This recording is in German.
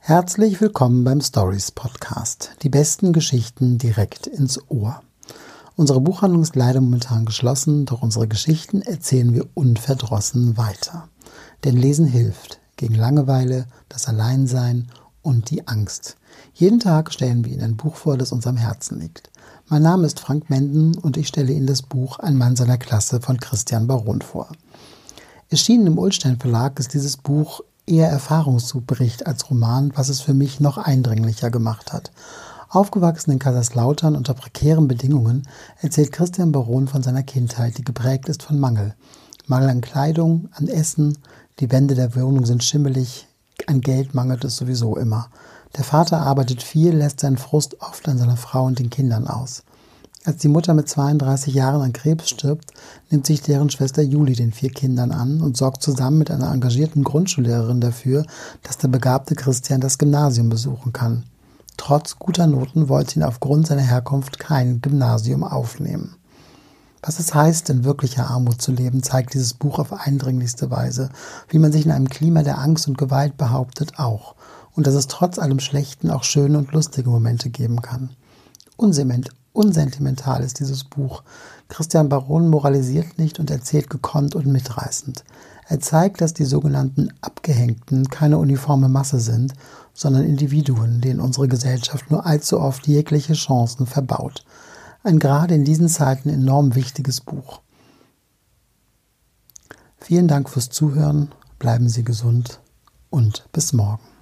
Herzlich willkommen beim Stories Podcast. Die besten Geschichten direkt ins Ohr. Unsere Buchhandlung ist leider momentan geschlossen, doch unsere Geschichten erzählen wir unverdrossen weiter. Denn Lesen hilft gegen Langeweile, das Alleinsein und die Angst. Jeden Tag stellen wir Ihnen ein Buch vor, das uns am Herzen liegt. Mein Name ist Frank Menden und ich stelle Ihnen das Buch Ein Mann seiner Klasse von Christian Baron vor. Erschienen im Ullstein Verlag ist dieses Buch eher Erfahrungsbericht als Roman, was es für mich noch eindringlicher gemacht hat. Aufgewachsen in Kaiserslautern unter prekären Bedingungen erzählt Christian Baron von seiner Kindheit, die geprägt ist von Mangel. Mangel an Kleidung, an Essen, die Wände der Wohnung sind schimmelig, an Geld mangelt es sowieso immer. Der Vater arbeitet viel, lässt seinen Frust oft an seiner Frau und den Kindern aus. Als die Mutter mit 32 Jahren an Krebs stirbt, nimmt sich deren Schwester Julie den 4 Kindern an und sorgt zusammen mit einer engagierten Grundschullehrerin dafür, dass der begabte Christian das Gymnasium besuchen kann. Trotz guter Noten wollte ihn aufgrund seiner Herkunft kein Gymnasium aufnehmen. Was es heißt, in wirklicher Armut zu leben, zeigt dieses Buch auf eindringlichste Weise, wie man sich in einem Klima der Angst und Gewalt behauptet auch, und dass es trotz allem Schlechten auch schöne und lustige Momente geben kann. Unsentimental ist dieses Buch. Christian Baron moralisiert nicht und erzählt gekonnt und mitreißend. Er zeigt, dass die sogenannten Abgehängten keine uniforme Masse sind, sondern Individuen, denen unsere Gesellschaft nur allzu oft jegliche Chancen verbaut. Ein gerade in diesen Zeiten enorm wichtiges Buch. Vielen Dank fürs Zuhören, bleiben Sie gesund und bis morgen.